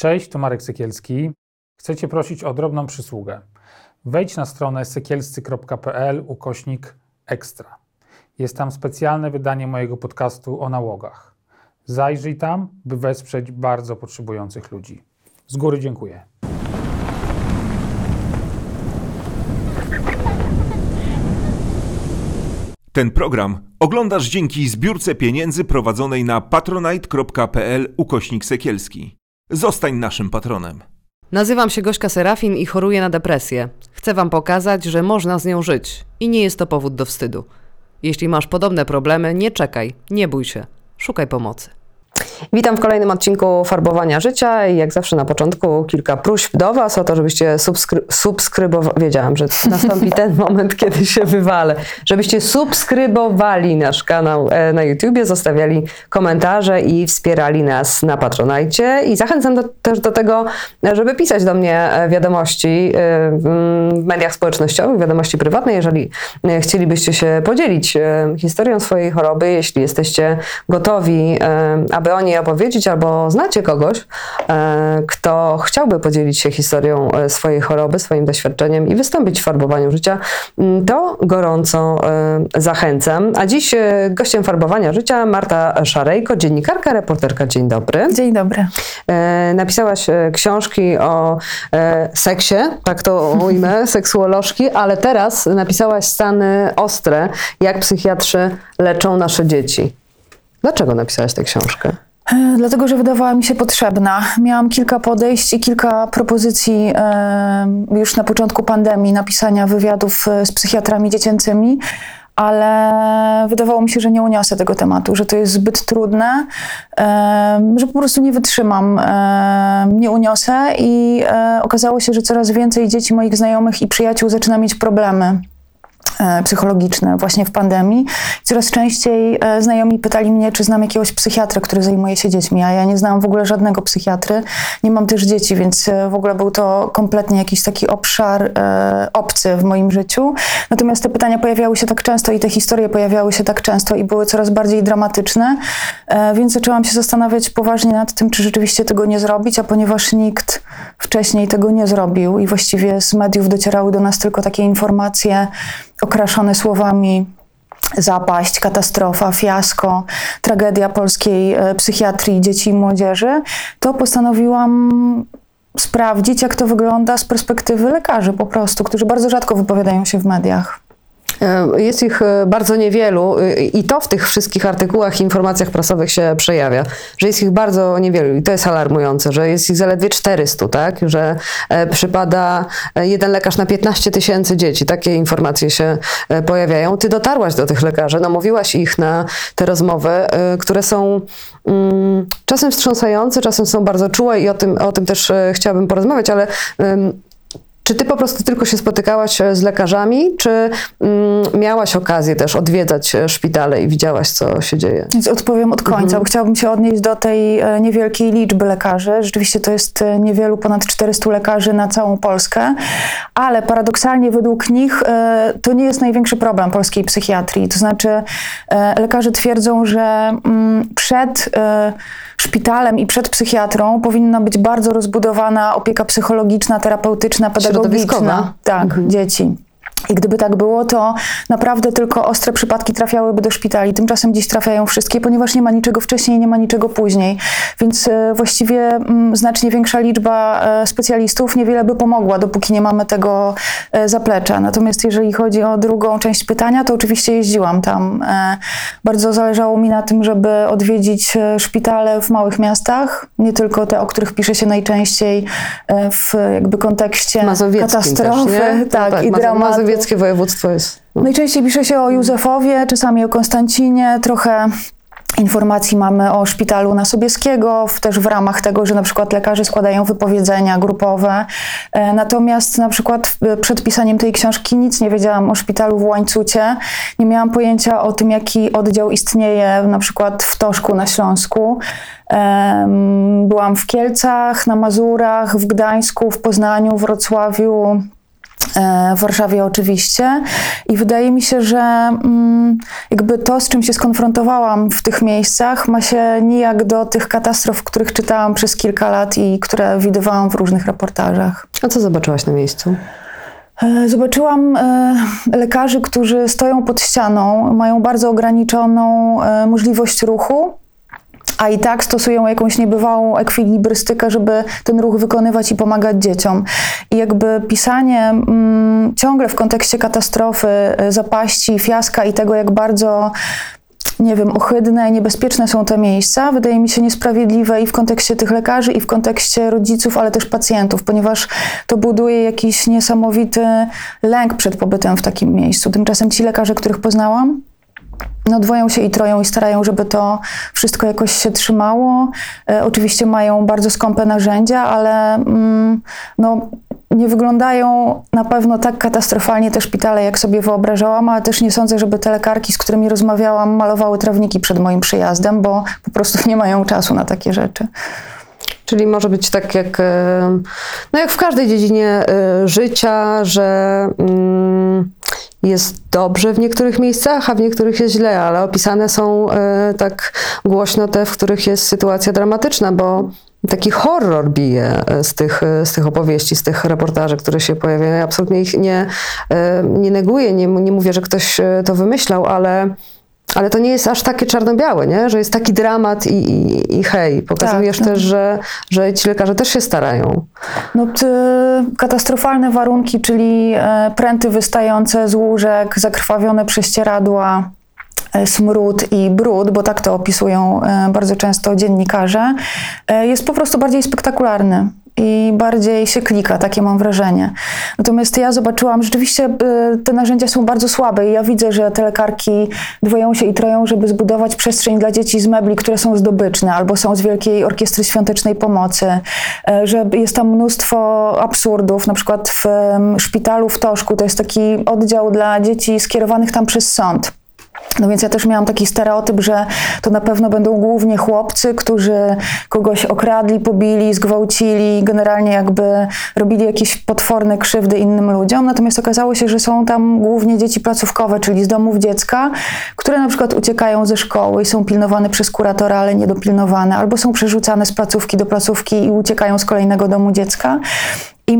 Cześć, tu Marek Sekielski. Chcę Cię prosić o drobną przysługę. Wejdź na stronę sekielscy.pl/ekstra. Jest tam specjalne wydanie mojego podcastu o nałogach. Zajrzyj tam, by wesprzeć bardzo potrzebujących ludzi. Z góry dziękuję. Ten program oglądasz dzięki zbiórce pieniędzy prowadzonej na patronite.pl/Sekielski. Zostań naszym patronem. Nazywam się Gośka Serafin i choruję na depresję. Chcę Wam pokazać, że można z nią żyć i nie jest to powód do wstydu. Jeśli masz podobne problemy, nie czekaj, nie bój się, szukaj pomocy. Witam w kolejnym odcinku Farbowania Życia i jak zawsze na początku kilka próśb do Was o to, żebyście subskrybowali, wiedziałam, że nastąpi ten moment, kiedy się wywalę, żebyście subskrybowali nasz kanał na YouTubie, zostawiali komentarze i wspierali nas na Patronite i zachęcam też do tego, żeby pisać do mnie wiadomości w mediach społecznościowych, wiadomości prywatne, jeżeli chcielibyście się podzielić historią swojej choroby, jeśli jesteście gotowi, aby o niej opowiedzieć, albo znacie kogoś, kto chciałby podzielić się historią swojej choroby, swoim doświadczeniem i wystąpić w Farbowaniu Życia, to gorąco zachęcam. A dziś gościem Farbowania Życia Marta Szarejko, dziennikarka, reporterka. Dzień dobry. Dzień dobry. Napisałaś książki o seksie, tak to ujmę, seksuolożki, ale teraz napisałaś stany ostre, jak psychiatrzy leczą nasze dzieci. Dlaczego napisałaś tę książkę? Dlatego, że wydawała mi się potrzebna. Miałam kilka podejść i kilka propozycji już na początku pandemii napisania wywiadów z psychiatrami dziecięcymi, ale wydawało mi się, że nie uniosę tego tematu, że to jest zbyt trudne, że po prostu nie wytrzymam, nie uniosę i okazało się, że coraz więcej dzieci moich znajomych i przyjaciół zaczyna mieć problemy psychologiczne właśnie w pandemii. Coraz częściej znajomi pytali mnie, czy znam jakiegoś psychiatrę, który zajmuje się dziećmi, a ja nie znam w ogóle żadnego psychiatry. Nie mam też dzieci, więc w ogóle był to kompletnie jakiś taki obszar obcy w moim życiu. Natomiast te pytania pojawiały się tak często i te historie pojawiały się tak często i były coraz bardziej dramatyczne, więc zaczęłam się zastanawiać poważnie nad tym, czy rzeczywiście tego nie zrobić, a ponieważ nikt wcześniej tego nie zrobił i właściwie z mediów docierały do nas tylko takie informacje okraszone słowami zapaść, katastrofa, fiasko, tragedia polskiej psychiatrii dzieci i młodzieży, to postanowiłam sprawdzić, jak to wygląda z perspektywy lekarzy po prostu, którzy bardzo rzadko wypowiadają się w mediach. Jest ich bardzo niewielu i to w tych wszystkich artykułach i informacjach prasowych się przejawia, że jest ich bardzo niewielu i to jest alarmujące, że jest ich zaledwie 400, tak? Że przypada jeden lekarz na 15 000 dzieci. Takie informacje się pojawiają. Ty dotarłaś do tych lekarzy, namówiłaś ich na te rozmowy, które są czasem wstrząsające, czasem są bardzo czułe i o tym też chciałabym porozmawiać, ale czy ty po prostu tylko się spotykałaś z lekarzami, czy miałaś okazję też odwiedzać szpitale i widziałaś, co się dzieje? Więc odpowiem od końca, bo chciałabym się odnieść do tej niewielkiej liczby lekarzy. Rzeczywiście to jest niewielu, ponad 400 lekarzy na całą Polskę, ale paradoksalnie według nich to nie jest największy problem polskiej psychiatrii. To znaczy lekarze twierdzą, że przed szpitalem i przed psychiatrą powinna być bardzo rozbudowana opieka psychologiczna, terapeutyczna, pedagogiczna. Tak, dzieci. I gdyby tak było, to naprawdę tylko ostre przypadki trafiałyby do szpitali. Tymczasem dziś trafiają wszystkie, ponieważ nie ma niczego wcześniej, nie ma niczego później. Więc właściwie znacznie większa liczba specjalistów niewiele by pomogła, dopóki nie mamy tego zaplecza. Natomiast jeżeli chodzi o drugą część pytania, to oczywiście jeździłam tam. Bardzo zależało mi na tym, żeby odwiedzić szpitale w małych miastach, nie tylko te, o których pisze się najczęściej w jakby kontekście katastrofy, tak, i dramatu. Mazowieckie województwo jest. Najczęściej pisze się o Józefowie, czasami o Konstancinie, trochę informacji mamy o szpitalu na Sobieskiego, też w ramach tego, że na przykład lekarze składają wypowiedzenia grupowe. Natomiast na przykład przed pisaniem tej książki nic nie wiedziałam o szpitalu w Łańcucie. Nie miałam pojęcia o tym, jaki oddział istnieje na przykład w Toszku na Śląsku. Byłam w Kielcach, na Mazurach, w Gdańsku, w Poznaniu, w Wrocławiu, w Warszawie oczywiście. I wydaje mi się, że jakby to, z czym się skonfrontowałam w tych miejscach, ma się nijak do tych katastrof, których czytałam przez kilka lat i które widywałam w różnych reportażach. A co zobaczyłaś na miejscu? Zobaczyłam lekarzy, którzy stoją pod ścianą, mają bardzo ograniczoną możliwość ruchu, a i tak stosują jakąś niebywałą ekwilibrystykę, żeby ten ruch wykonywać i pomagać dzieciom. I jakby pisanie ciągle w kontekście katastrofy, zapaści, fiaska i tego, jak bardzo, nie wiem, ohydne, niebezpieczne są te miejsca, wydaje mi się niesprawiedliwe i w kontekście tych lekarzy, i w kontekście rodziców, ale też pacjentów, ponieważ to buduje jakiś niesamowity lęk przed pobytem w takim miejscu. Tymczasem ci lekarze, których poznałam, no dwoją się i troją i starają, żeby to wszystko jakoś się trzymało. Oczywiście mają bardzo skąpe narzędzia, ale no, nie wyglądają na pewno tak katastrofalnie te szpitale, jak sobie wyobrażałam, ale też nie sądzę, żeby te lekarki, z którymi rozmawiałam, malowały trawniki przed moim przyjazdem, bo po prostu nie mają czasu na takie rzeczy. Czyli może być tak jak, no jak w każdej dziedzinie życia, że jest dobrze w niektórych miejscach, a w niektórych jest źle, ale opisane są tak głośno te, w których jest sytuacja dramatyczna, bo taki horror bije z tych opowieści, z tych reportaży, które się pojawiają. Ja absolutnie ich nie neguję, nie mówię, że ktoś to wymyślał, ale to nie jest aż takie czarno-białe, nie? Że jest taki dramat i hej, pokazujesz tak, też, że ci lekarze też się starają. No, katastrofalne warunki, czyli pręty wystające z łóżek, zakrwawione prześcieradła, smród i brud, bo tak to opisują bardzo często dziennikarze, jest po prostu bardziej spektakularny i bardziej się klika, takie mam wrażenie. Natomiast ja zobaczyłam, rzeczywiście te narzędzia są bardzo słabe i ja widzę, że te lekarki dwoją się i troją, żeby zbudować przestrzeń dla dzieci z mebli, które są zdobyczne albo są z Wielkiej Orkiestry Świątecznej Pomocy, że jest tam mnóstwo absurdów, na przykład w szpitalu w Toszku to jest taki oddział dla dzieci skierowanych tam przez sąd. No więc ja też miałam taki stereotyp, że to na pewno będą głównie chłopcy, którzy kogoś okradli, pobili, zgwałcili, generalnie jakby robili jakieś potworne krzywdy innym ludziom. Natomiast okazało się, że są tam głównie dzieci placówkowe, czyli z domów dziecka, które na przykład uciekają ze szkoły i są pilnowane przez kuratora, ale niedopilnowane, albo są przerzucane z placówki do placówki i uciekają z kolejnego domu dziecka. I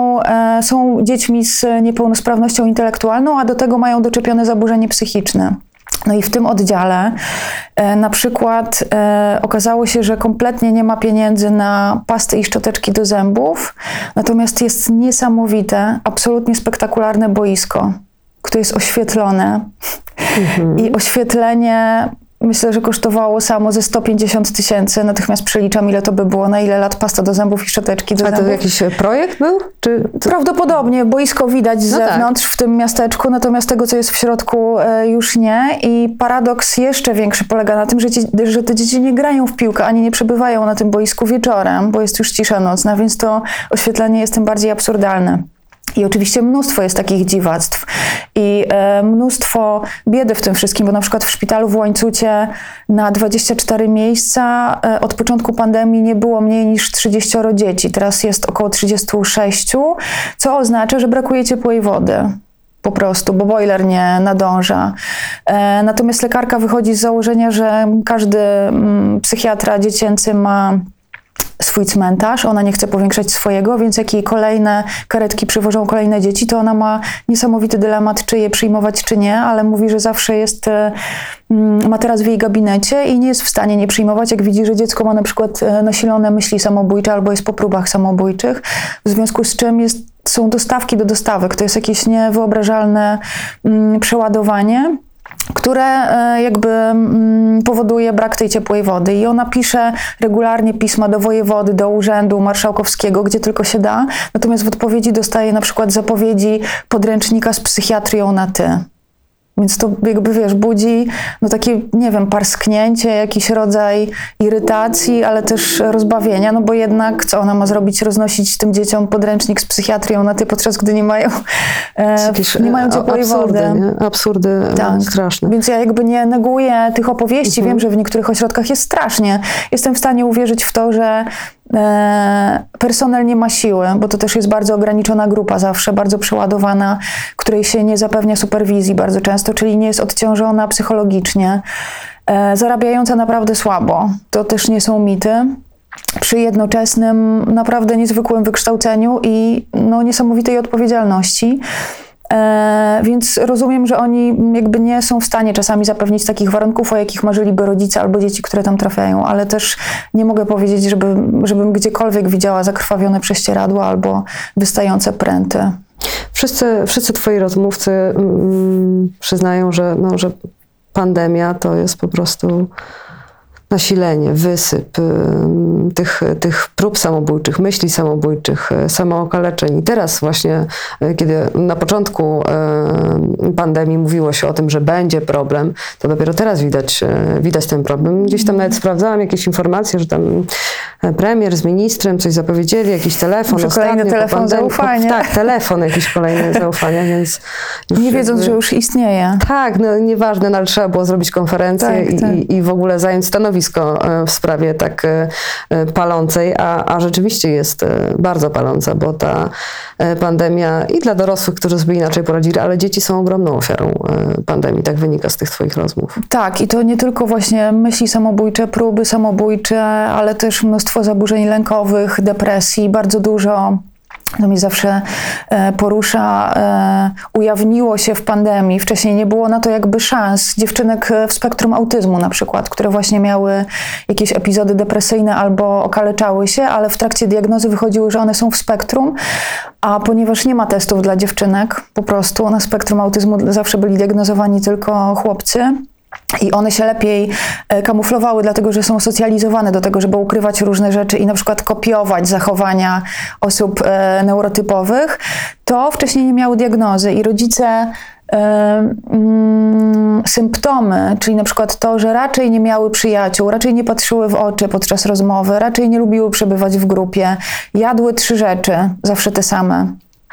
są dziećmi z niepełnosprawnością intelektualną, a do tego mają doczepione zaburzenie psychiczne. No i w tym oddziale na przykład okazało się, że kompletnie nie ma pieniędzy na pasty i szczoteczki do zębów, natomiast jest niesamowite, absolutnie spektakularne boisko, które jest oświetlone. I oświetlenie myślę, że kosztowało samo ze 150 000. Natychmiast przeliczam, ile to by było, na ile lat pasta do zębów i szczoteczki do zębów. A to jakiś projekt był? Prawdopodobnie. Boisko widać z zewnątrz w tym miasteczku, natomiast tego, co jest w środku, już nie. I paradoks jeszcze większy polega na tym, że te dzieci nie grają w piłkę, ani nie przebywają na tym boisku wieczorem, bo jest już cisza nocna, więc to oświetlenie jest tym bardziej absurdalne. I oczywiście mnóstwo jest takich dziwactw i mnóstwo biedy w tym wszystkim, bo na przykład w szpitalu w Łańcucie na 24 miejsca od początku pandemii nie było mniej niż 30 dzieci. Teraz jest około 36, co oznacza, że brakuje ciepłej wody. Po prostu, bo bojler nie nadąża. Natomiast lekarka wychodzi z założenia, że każdy psychiatra dziecięcy ma swój cmentarz, ona nie chce powiększać swojego, więc jak jej kolejne karetki przywożą kolejne dzieci, to ona ma niesamowity dylemat, czy je przyjmować, czy nie, ale mówi, że zawsze ma teraz w jej gabinecie i nie jest w stanie nie przyjmować, jak widzi, że dziecko ma na przykład nasilone myśli samobójcze albo jest po próbach samobójczych, w związku z czym są dostawki do dostawek. To jest jakieś niewyobrażalne przeładowanie, które jakby powoduje brak tej ciepłej wody. I ona pisze regularnie pisma do wojewody, do urzędu marszałkowskiego, gdzie tylko się da. Natomiast w odpowiedzi dostaje na przykład zapowiedzi podręcznika z psychiatrią na ty. Więc to jakby, wiesz, budzi takie, nie wiem, parsknięcie, jakiś rodzaj irytacji, ale też rozbawienia, no bo jednak co ona ma zrobić? Roznosić tym dzieciom podręcznik z psychiatrią na ty, podczas gdy nie mają ciepłej wody. Nie? Absurdy straszne. Więc ja jakby nie neguję tych opowieści. Wiem, że w niektórych ośrodkach jest strasznie. Jestem w stanie uwierzyć w to, że Personel nie ma siły, bo to też jest bardzo ograniczona grupa zawsze, bardzo przeładowana, której się nie zapewnia superwizji bardzo często, czyli nie jest odciążona psychologicznie, zarabiająca naprawdę słabo. To też nie są mity. Przy jednoczesnym, naprawdę niezwykłym wykształceniu i niesamowitej odpowiedzialności. Więc rozumiem, że oni jakby nie są w stanie czasami zapewnić takich warunków, o jakich marzyliby rodzice albo dzieci, które tam trafiają, ale też nie mogę powiedzieć, żebym gdziekolwiek widziała zakrwawione prześcieradła albo wystające pręty. Wszyscy twoi rozmówcy przyznają, że pandemia to jest po prostu nasilenie, wysyp tych prób samobójczych, myśli samobójczych, samookaleczeń. I teraz właśnie, kiedy na początku pandemii mówiło się o tym, że będzie problem, to dopiero teraz widać ten problem. Gdzieś tam nawet sprawdzałam jakieś informacje, że tam premier z ministrem coś zapowiedzieli, jakiś telefon. Kolejny telefon zaufania. Tak, telefon jakiś kolejny zaufania, więc... Nie wiedząc, że już istnieje. Tak, nieważne, ale trzeba było zrobić konferencję i w ogóle zająć stanowisko w sprawie tak palącej, a rzeczywiście jest bardzo paląca, bo ta pandemia i dla dorosłych, którzy sobie inaczej poradzili, ale dzieci są ogromną ofiarą pandemii, tak wynika z tych twoich rozmów. Tak, i to nie tylko właśnie myśli samobójcze, próby samobójcze, ale też mnóstwo zaburzeń lękowych, depresji, bardzo dużo. To mnie zawsze porusza, ujawniło się w pandemii. Wcześniej nie było na to jakby szans. Dziewczynek w spektrum autyzmu na przykład, które właśnie miały jakieś epizody depresyjne albo okaleczały się, ale w trakcie diagnozy wychodziły, że one są w spektrum, a ponieważ nie ma testów dla dziewczynek, po prostu na spektrum autyzmu zawsze byli diagnozowani tylko chłopcy. I one się lepiej kamuflowały, dlatego że są socjalizowane do tego, żeby ukrywać różne rzeczy i na przykład kopiować zachowania osób neurotypowych, to wcześniej nie miały diagnozy i rodzice symptomy, czyli na przykład to, że raczej nie miały przyjaciół, raczej nie patrzyły w oczy podczas rozmowy, raczej nie lubiły przebywać w grupie, jadły 3 rzeczy, zawsze te same.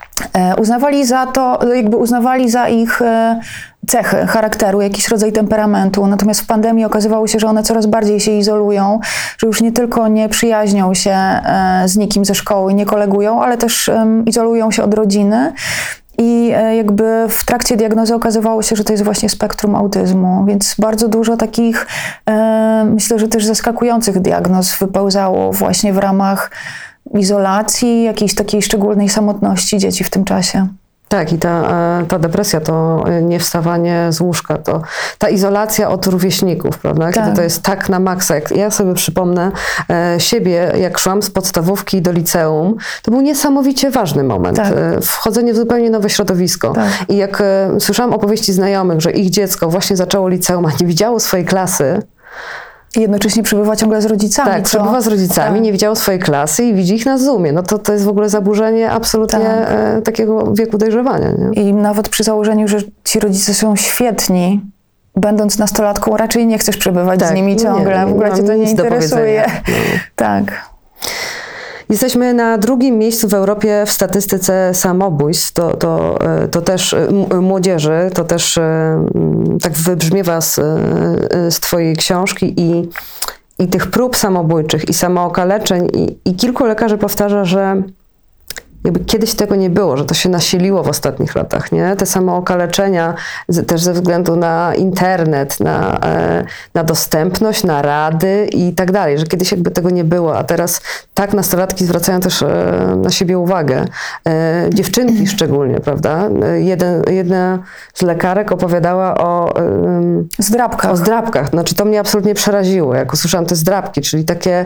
Uznawali za ich cechy charakteru, jakiś rodzaj temperamentu. Natomiast w pandemii okazywało się, że one coraz bardziej się izolują, że już nie tylko nie przyjaźnią się z nikim ze szkoły, nie kolegują, ale też izolują się od rodziny. I jakby w trakcie diagnozy okazywało się, że to jest właśnie spektrum autyzmu, więc bardzo dużo takich, myślę, że też zaskakujących diagnoz wypełzało właśnie w ramach izolacji, jakiejś takiej szczególnej samotności dzieci w tym czasie. Tak, i ta depresja, to niewstawanie z łóżka, to ta izolacja od rówieśników, prawda? Kiedy to jest tak na maksa. Jak ja sobie przypomnę siebie, jak szłam z podstawówki do liceum, to był niesamowicie ważny moment. Tak. Wchodzenie w zupełnie nowe środowisko. Tak. I jak słyszałam opowieści znajomych, że ich dziecko właśnie zaczęło liceum, a nie widziało swojej klasy, i jednocześnie przebywa ciągle z rodzicami. Tak, przebywa z rodzicami, nie widziało swojej klasy i widzi ich na Zoomie. No to jest w ogóle zaburzenie absolutnie takiego wieku dojrzewania. Nie? I nawet przy założeniu, że ci rodzice są świetni, będąc nastolatką, raczej nie chcesz przebywać z nimi ciągle. W ogóle cię to nie interesuje. Tak. Jesteśmy na 2. miejscu w Europie w statystyce samobójstw. To też młodzieży, to też tak wybrzmiewa z twojej książki i tych prób samobójczych i samookaleczeń i kilku lekarzy powtarza, że jakby kiedyś tego nie było, że to się nasiliło w ostatnich latach, nie? Te samookaleczenia też ze względu na internet, na dostępność, na rady i tak dalej, że kiedyś jakby tego nie było, a teraz tak nastolatki zwracają też na siebie uwagę. Dziewczynki szczególnie, prawda? Jedna z lekarek opowiadała o zdrabkach. Znaczy to mnie absolutnie przeraziło, jak usłyszałam te zdrabki, czyli takie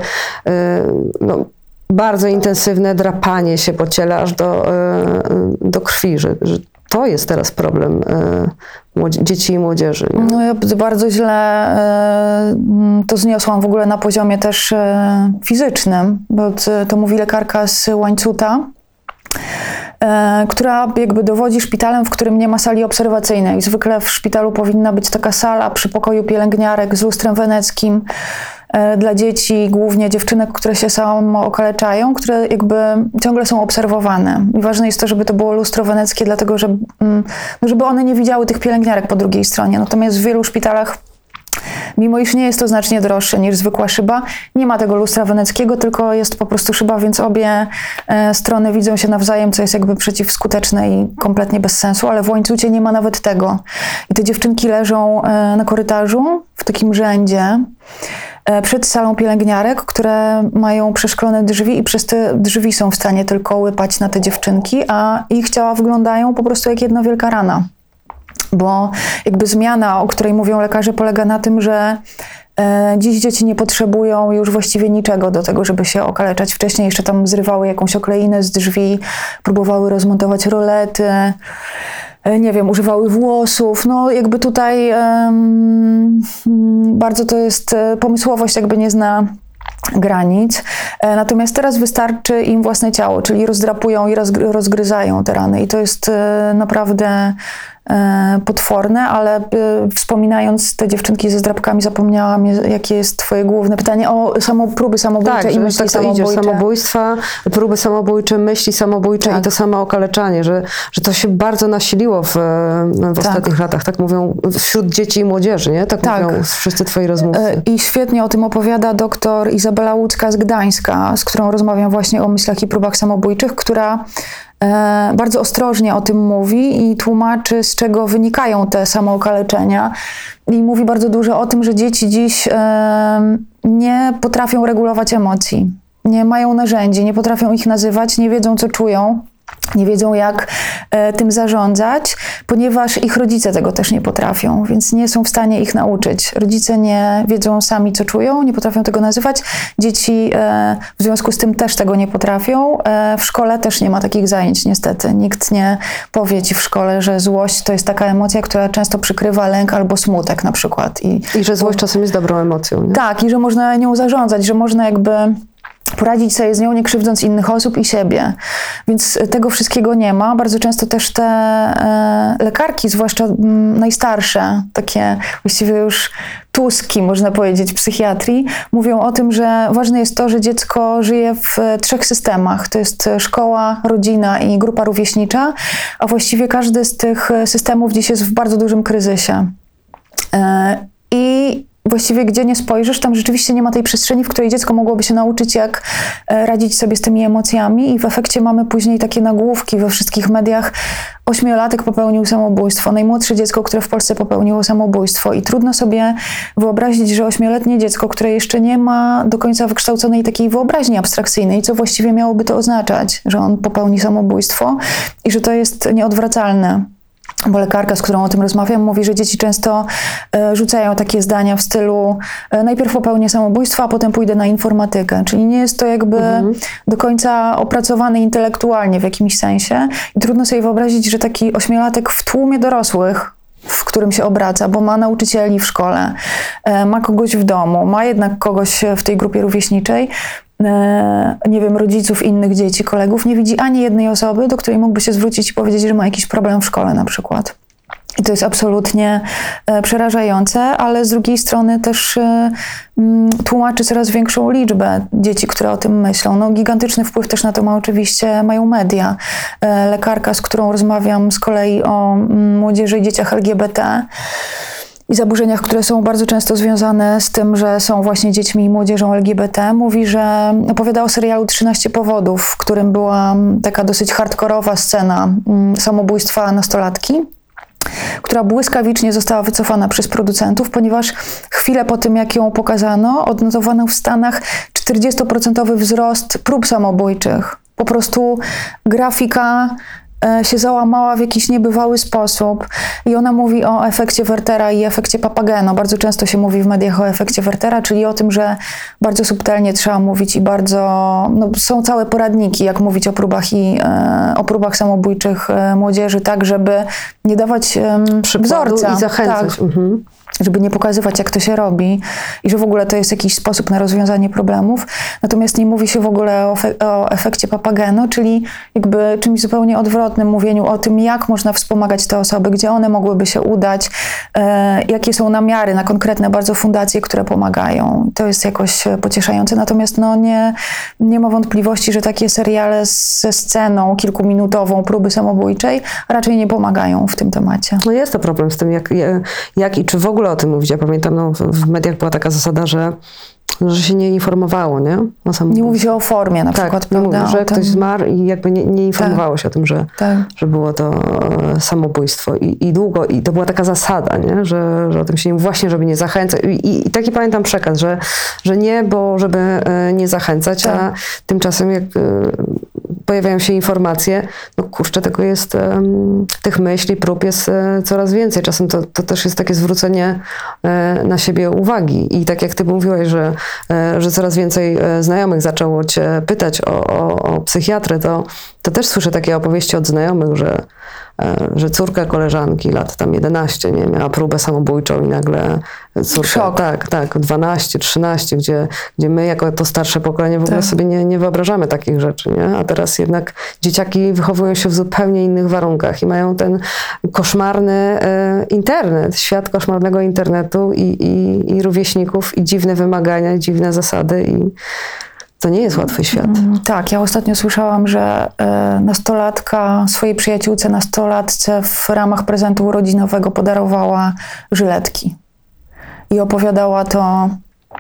bardzo intensywne drapanie się po ciele aż do krwi, że to jest teraz problem dzieci i młodzieży. Nie? No ja bardzo źle to zniosłam w ogóle na poziomie też fizycznym, bo to mówi lekarka z Łańcuta, która jakby dowodzi szpitalem, w którym nie ma sali obserwacyjnej. Zwykle w szpitalu powinna być taka sala przy pokoju pielęgniarek z lustrem weneckim dla dzieci, głównie dziewczynek, które się samookaleczają, które jakby ciągle są obserwowane. I ważne jest to, żeby to było lustro weneckie, dlatego żeby one nie widziały tych pielęgniarek po drugiej stronie. Natomiast w wielu szpitalach Mimo iż nie jest to znacznie droższe niż zwykła szyba, nie ma tego lustra weneckiego, tylko jest po prostu szyba, więc obie strony widzą się nawzajem, co jest jakby przeciwskuteczne i kompletnie bez sensu, ale w łańcucie nie ma nawet tego. I te dziewczynki leżą na korytarzu w takim rzędzie przed salą pielęgniarek, które mają przeszklone drzwi i przez te drzwi są w stanie tylko łypać na te dziewczynki, a ich ciała wyglądają po prostu jak jedna wielka rana. Bo jakby zmiana, o której mówią lekarze, polega na tym, że dziś dzieci nie potrzebują już właściwie niczego do tego, żeby się okaleczać. Wcześniej jeszcze tam zrywały jakąś okleinę z drzwi, próbowały rozmontować rolety, nie wiem, używały włosów. No jakby tutaj bardzo to jest, pomysłowość jakby nie zna granic. Natomiast teraz wystarczy im własne ciało, czyli rozdrapują i rozgryzają te rany. I to jest naprawdę potworne, ale wspominając te dziewczynki ze zdrapkami, zapomniałam, jakie jest twoje główne pytanie o próby samobójcze i myśli samobójcze. Samobójstwa, próby samobójcze, myśli samobójcze i to samo okaleczanie, że to się bardzo nasiliło w ostatnich latach, tak mówią wśród dzieci i młodzieży, nie? Tak mówią wszyscy twoi rozmówcy. I świetnie o tym opowiada doktor Izabela Łódzka z Gdańska, z którą rozmawiam właśnie o myślach i próbach samobójczych, która bardzo ostrożnie o tym mówi i tłumaczy, z czego wynikają te samookaleczenia. I mówi bardzo dużo o tym, że dzieci dziś nie potrafią regulować emocji, nie mają narzędzi, nie potrafią ich nazywać, nie wiedzą, co czują. Nie wiedzą, jak tym zarządzać, ponieważ ich rodzice tego też nie potrafią, więc nie są w stanie ich nauczyć. Rodzice nie wiedzą sami, co czują, nie potrafią tego nazywać. Dzieci w związku z tym też tego nie potrafią. W szkole też nie ma takich zajęć, niestety. Nikt nie powie ci w szkole, że złość to jest taka emocja, która często przykrywa lęk albo smutek na przykład. I że złość czasem jest dobrą emocją. Nie? Tak, i że można nią zarządzać, że można jakby poradzić sobie z nią, nie krzywdząc innych osób i siebie. Więc tego wszystkiego nie ma. Bardzo często też te lekarki, zwłaszcza najstarsze, takie właściwie już tuski, można powiedzieć, psychiatrii, mówią o tym, że ważne jest to, że dziecko żyje w 3 systemach. To jest szkoła, rodzina i grupa rówieśnicza, a właściwie każdy z tych systemów dziś jest w bardzo dużym kryzysie. I właściwie gdzie nie spojrzysz, tam rzeczywiście nie ma tej przestrzeni, w której dziecko mogłoby się nauczyć, jak radzić sobie z tymi emocjami i w efekcie mamy później takie nagłówki we wszystkich mediach. 8-latek popełnił samobójstwo, najmłodsze dziecko, które w Polsce popełniło samobójstwo i trudno sobie wyobrazić, że 8-letnie dziecko, które jeszcze nie ma do końca wykształconej takiej wyobraźni abstrakcyjnej, co właściwie miałoby to oznaczać, że on popełni samobójstwo i że to jest nieodwracalne. Bo lekarka, z którą o tym rozmawiam, mówi, że dzieci często rzucają takie zdania w stylu najpierw popełnię samobójstwo, a potem pójdę na informatykę. Czyli nie jest to jakby do końca opracowane intelektualnie w jakimś sensie. I trudno sobie wyobrazić, że taki 8-latek w tłumie dorosłych, w którym się obraca, bo ma nauczycieli w szkole, ma kogoś w domu, ma jednak kogoś w tej grupie rówieśniczej, nie wiem, rodziców innych dzieci, kolegów, nie widzi ani jednej osoby, do której mógłby się zwrócić i powiedzieć, że ma jakiś problem w szkole na przykład. I to jest absolutnie przerażające, ale z drugiej strony też tłumaczy coraz większą liczbę dzieci, które o tym myślą. No, gigantyczny wpływ też na to mają media. Lekarka, z którą rozmawiam z kolei o młodzieży i dzieciach LGBT, i zaburzeniach, które są bardzo często związane z tym, że są właśnie dziećmi i młodzieżą LGBT, mówi, że opowiada o serialu 13 powodów, w którym była taka dosyć hardkorowa scena samobójstwa nastolatki, która błyskawicznie została wycofana przez producentów, ponieważ chwilę po tym, jak ją pokazano, odnotowano w Stanach 40% wzrost prób samobójczych. Po prostu grafika się załamała w jakiś niebywały sposób i ona mówi o efekcie Wertera i efekcie Papageno. Bardzo często się mówi w mediach o efekcie Wertera, czyli o tym, że bardzo subtelnie trzeba mówić i bardzo, są całe poradniki, jak mówić o próbach i o próbach samobójczych młodzieży, tak, żeby nie dawać wzorca. I zachęcać. Tak. Żeby nie pokazywać, jak to się robi i że w ogóle to jest jakiś sposób na rozwiązanie problemów. Natomiast nie mówi się w ogóle o efekcie Papageno, czyli jakby czymś zupełnie odwrotnym, mówieniu o tym, jak można wspomagać te osoby, gdzie one mogłyby się udać, jakie są namiary na konkretne bardzo fundacje, które pomagają. To jest jakoś pocieszające. Natomiast nie ma wątpliwości, że takie seriale ze sceną kilkuminutową próby samobójczej raczej nie pomagają w tym temacie. No jest to problem z tym, jak i czy w ogóle ogóle o tym mówić. Ja pamiętam, no, w mediach była taka zasada, że się nie informowało, nie? Nie mówi się o formie na przykład, prawda? Mówi, że ktoś zmarł i jakby nie informowało się o tym, że było to samobójstwo. I długo, i to była taka zasada, nie? Że o tym się nie mówi, właśnie, żeby nie zachęcać. I taki pamiętam przekaz, że nie, bo żeby nie zachęcać, a tymczasem jak pojawiają się informacje, no kurczę, tego jest, tych myśli, prób jest coraz więcej. Czasem to też jest takie zwrócenie na siebie uwagi. I tak jak ty mówiłaś, że coraz więcej znajomych zaczęło cię pytać o psychiatrę, to też słyszę takie opowieści od znajomych, że córka koleżanki lat tam 11, nie, miała próbę samobójczą i nagle córka, Szok. tak, 12, 13, gdzie my jako to starsze pokolenie w ogóle sobie nie wyobrażamy takich rzeczy, nie? A teraz jednak dzieciaki wychowują się w zupełnie innych warunkach i mają ten koszmarny internet, świat koszmarnego internetu i rówieśników i dziwne wymagania, i dziwne zasady i to nie jest łatwy świat. Tak, ja ostatnio słyszałam, że nastolatka swojej przyjaciółce, nastolatce w ramach prezentu urodzinowego podarowała żyletki. I opowiadała to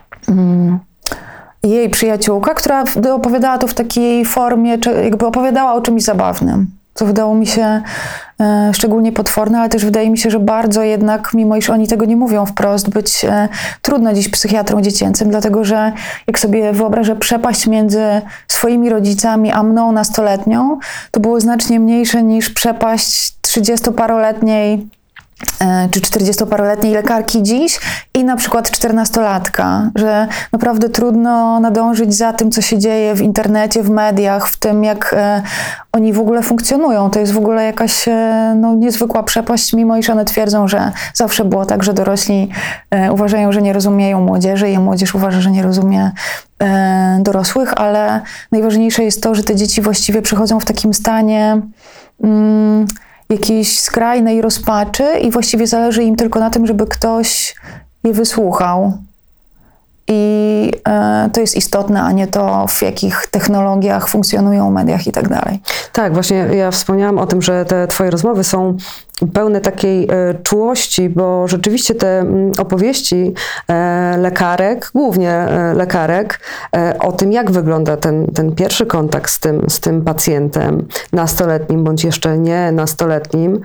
jej przyjaciółka, która opowiadała to w takiej formie, jakby opowiadała o czymś zabawnym. Co wydało mi się szczególnie potworne, ale też wydaje mi się, że bardzo jednak, mimo iż oni tego nie mówią wprost, być trudno dziś psychiatrą dziecięcym, dlatego że jak sobie wyobrażę przepaść między swoimi rodzicami a mną nastoletnią, to było znacznie mniejsze niż przepaść 30-paroletniej czy 40-paroletniej lekarki dziś i na przykład 14-latka, że naprawdę trudno nadążyć za tym, co się dzieje w internecie, w mediach, w tym, jak oni w ogóle funkcjonują. To jest w ogóle jakaś niezwykła przepaść, mimo iż one twierdzą, że zawsze było tak, że dorośli uważają, że nie rozumieją młodzieży i młodzież uważa, że nie rozumie dorosłych, ale najważniejsze jest to, że te dzieci właściwie przychodzą w takim stanie jakiejś skrajnej rozpaczy i właściwie zależy im tylko na tym, żeby ktoś je wysłuchał. I to jest istotne, a nie to, w jakich technologiach funkcjonują, mediach i tak dalej. Tak, właśnie ja wspomniałam o tym, że te twoje rozmowy są pełne takiej czułości, bo rzeczywiście te opowieści lekarek, głównie lekarek, o tym, jak wygląda ten pierwszy kontakt z tym pacjentem nastoletnim, bądź jeszcze nie nastoletnim,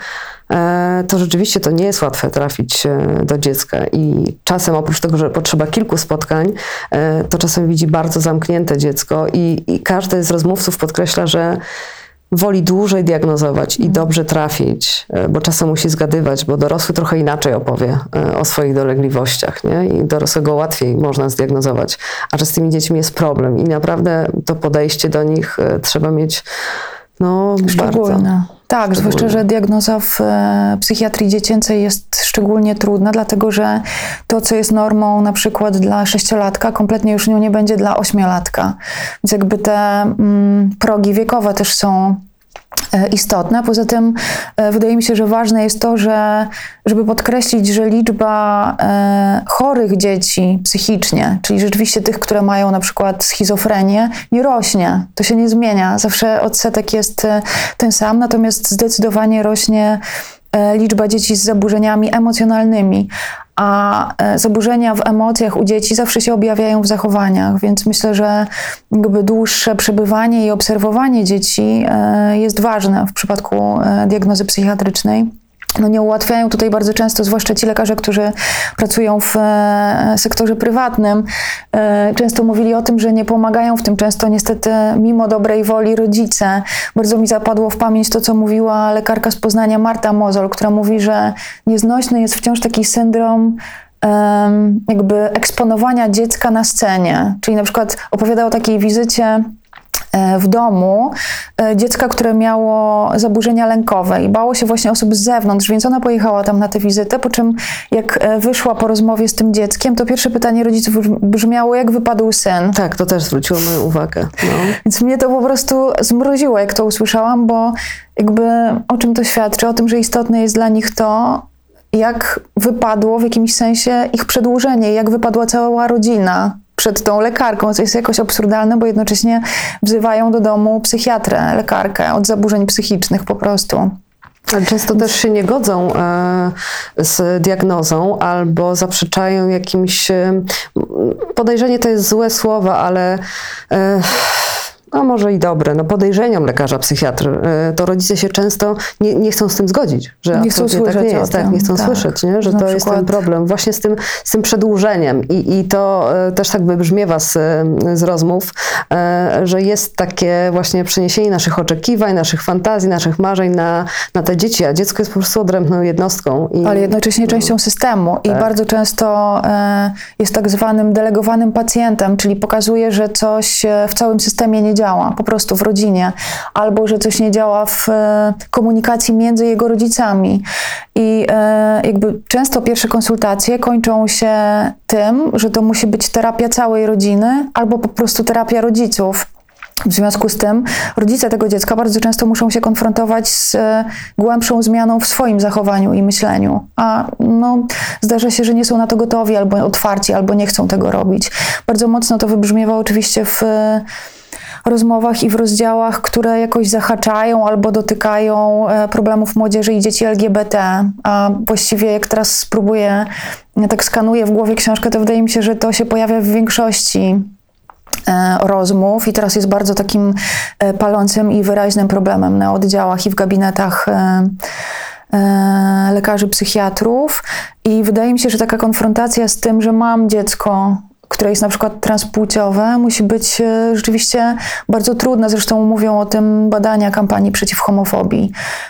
to rzeczywiście to nie jest łatwe trafić do dziecka i czasem oprócz tego, że potrzeba kilku spotkań, to czasem widzi bardzo zamknięte dziecko i każdy z rozmówców podkreśla, że woli dłużej diagnozować i dobrze trafić, bo czasem musi zgadywać, bo dorosły trochę inaczej opowie o swoich dolegliwościach, nie? I dorosłego łatwiej można zdiagnozować, a że z tymi dziećmi jest problem i naprawdę to podejście do nich trzeba mieć szczególne. Bardzo. Tak, zwłaszcza, że diagnoza w psychiatrii dziecięcej jest szczególnie trudna, dlatego że to, co jest normą na przykład dla 6-latka, kompletnie już nią nie będzie dla 8-latka. Więc jakby te progi wiekowe też są istotne. Poza tym wydaje mi się, że ważne jest to, żeby podkreślić, że liczba chorych dzieci psychicznie, czyli rzeczywiście tych, które mają na przykład schizofrenię, nie rośnie. To się nie zmienia. Zawsze odsetek jest ten sam, natomiast zdecydowanie rośnie liczba dzieci z zaburzeniami emocjonalnymi. A zaburzenia w emocjach u dzieci zawsze się objawiają w zachowaniach, więc myślę, że jakby dłuższe przebywanie i obserwowanie dzieci jest ważne w przypadku diagnozy psychiatrycznej. Nie ułatwiają tutaj bardzo często, zwłaszcza ci lekarze, którzy pracują w sektorze prywatnym, często mówili o tym, że nie pomagają w tym często niestety mimo dobrej woli rodzice. Bardzo mi zapadło w pamięć to, co mówiła lekarka z Poznania Marta Mozol, która mówi, że nieznośny jest wciąż taki syndrom jakby eksponowania dziecka na scenie. Czyli na przykład opowiadała o takiej wizycie w domu dziecka, które miało zaburzenia lękowe i bało się właśnie osób z zewnątrz, więc ona pojechała tam na tę wizytę, po czym jak wyszła po rozmowie z tym dzieckiem, to pierwsze pytanie rodziców brzmiało, jak wypadł syn. Tak, to też zwróciło moją uwagę. Więc mnie to po prostu zmroziło, jak to usłyszałam, bo jakby o czym to świadczy? O tym, że istotne jest dla nich to, jak wypadło w jakimś sensie ich przedłużenie, jak wypadła cała rodzina przed tą lekarką, co jest jakoś absurdalne, bo jednocześnie wzywają do domu psychiatrę, lekarkę od zaburzeń psychicznych po prostu. Ale często też się nie godzą z diagnozą albo zaprzeczają jakimś... Podejrzenie to jest złe słowo, ale... no może i dobre, podejrzeniom lekarza psychiatry, to rodzice się często nie chcą z tym zgodzić, że nie chcą słyszeć tak nie jest, o tym. nie chcą słyszeć, nie? Że Na to jest ten problem właśnie z tym przedłużeniem i to też tak wybrzmiewa z rozmów, że jest takie właśnie przeniesienie naszych oczekiwań, naszych fantazji, naszych marzeń na te dzieci, a dziecko jest po prostu odrębną jednostką. Ale jednocześnie częścią systemu i bardzo często jest tak zwanym delegowanym pacjentem, czyli pokazuje, że coś w całym systemie nie działa, po prostu w rodzinie, albo że coś nie działa w komunikacji między jego rodzicami. I jakby często pierwsze konsultacje kończą się tym, że to musi być terapia całej rodziny, albo po prostu terapia rodziców. W związku z tym rodzice tego dziecka bardzo często muszą się konfrontować z głębszą zmianą w swoim zachowaniu i myśleniu. A zdarza się, że nie są na to gotowi, albo otwarci, albo nie chcą tego robić. Bardzo mocno to wybrzmiewa oczywiście w rozmowach i w rozdziałach, które jakoś zahaczają albo dotykają problemów młodzieży i dzieci LGBT. A właściwie jak teraz spróbuję, tak skanuję w głowie książkę, to wydaje mi się, że to się pojawia w większości rozmów i teraz jest bardzo takim palącym i wyraźnym problemem na oddziałach i w gabinetach lekarzy psychiatrów. I wydaje mi się, że taka konfrontacja z tym, że mam dziecko, które jest na przykład transpłciowe, musi być rzeczywiście bardzo trudna. Zresztą mówią o tym badania kampanii przeciw homofobii.